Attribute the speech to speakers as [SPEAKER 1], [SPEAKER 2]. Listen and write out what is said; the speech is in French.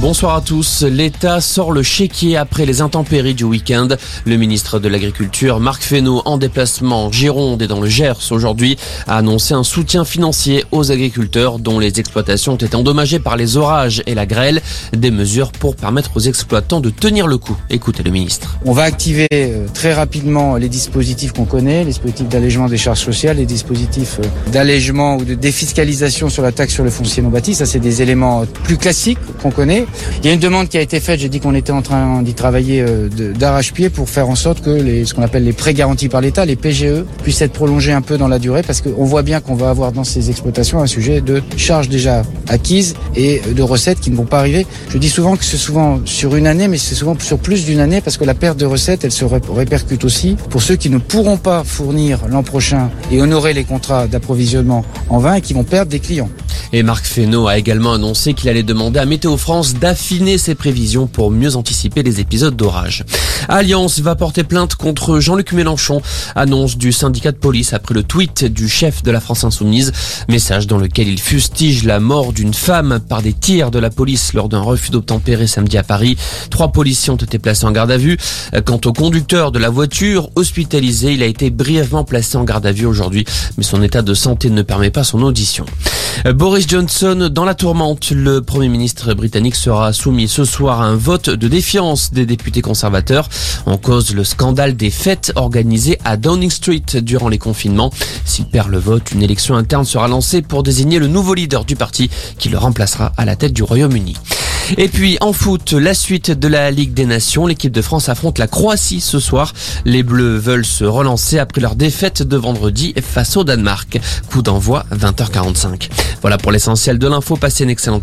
[SPEAKER 1] Bonsoir à tous. L'État sort le chéquier après les intempéries du week-end. Le ministre de l'Agriculture, Marc Fesneau, en déplacement en Gironde et dans le Gers aujourd'hui, a annoncé un soutien financier aux agriculteurs dont les exploitations ont été endommagées par les orages et la grêle. Des mesures pour permettre aux exploitants de tenir le coup. Écoutez le ministre.
[SPEAKER 2] On va activer très rapidement les dispositifs qu'on connaît, les dispositifs d'allègement des charges sociales, les dispositifs d'allègement ou de défiscalisation sur la taxe sur le foncier non bâti. Ça, c'est des éléments plus classiques qu'on connaît. Il y a une demande qui a été faite, j'ai dit qu'on était en train d'y travailler d'arrache-pied pour faire en sorte que ce qu'on appelle les prêts garantis par l'État, les PGE, puissent être prolongés un peu dans la durée parce qu'on voit bien qu'on va avoir dans ces exploitations un sujet de charges déjà acquises et de recettes qui ne vont pas arriver. Je dis souvent que c'est souvent sur une année, mais c'est souvent sur plus d'une année parce que la perte de recettes, elle se répercute aussi pour ceux qui ne pourront pas fournir l'an prochain et honorer les contrats d'approvisionnement en vin et qui vont perdre des clients.
[SPEAKER 1] Et Marc Fesneau a également annoncé qu'il allait demander à Météo France d'affiner ses prévisions pour mieux anticiper les épisodes d'orage. Alliance va porter plainte contre Jean-Luc Mélenchon, annonce du syndicat de police après le tweet du chef de la France Insoumise, message dans lequel il fustige la mort d'une femme par des tirs de la police lors d'un refus d'obtempérer samedi à Paris. 3 policiers ont été placés en garde à vue. Quant au conducteur de la voiture hospitalisé, il a été brièvement placé en garde à vue aujourd'hui, mais son état de santé ne permet pas son audition. Boris Johnson dans la tourmente. Le Premier ministre britannique sera soumis ce soir à un vote de défiance des députés conservateurs. En cause le scandale des fêtes organisées à Downing Street durant les confinements. S'il perd le vote, une élection interne sera lancée pour désigner le nouveau leader du parti qui le remplacera à la tête du Royaume-Uni. Et puis en foot, la suite de la Ligue des Nations. L'équipe de France affronte la Croatie ce soir. Les Bleus veulent se relancer après leur défaite de vendredi face au Danemark. Coup d'envoi 20h45. Voilà pour l'essentiel de l'info. Passez une excellente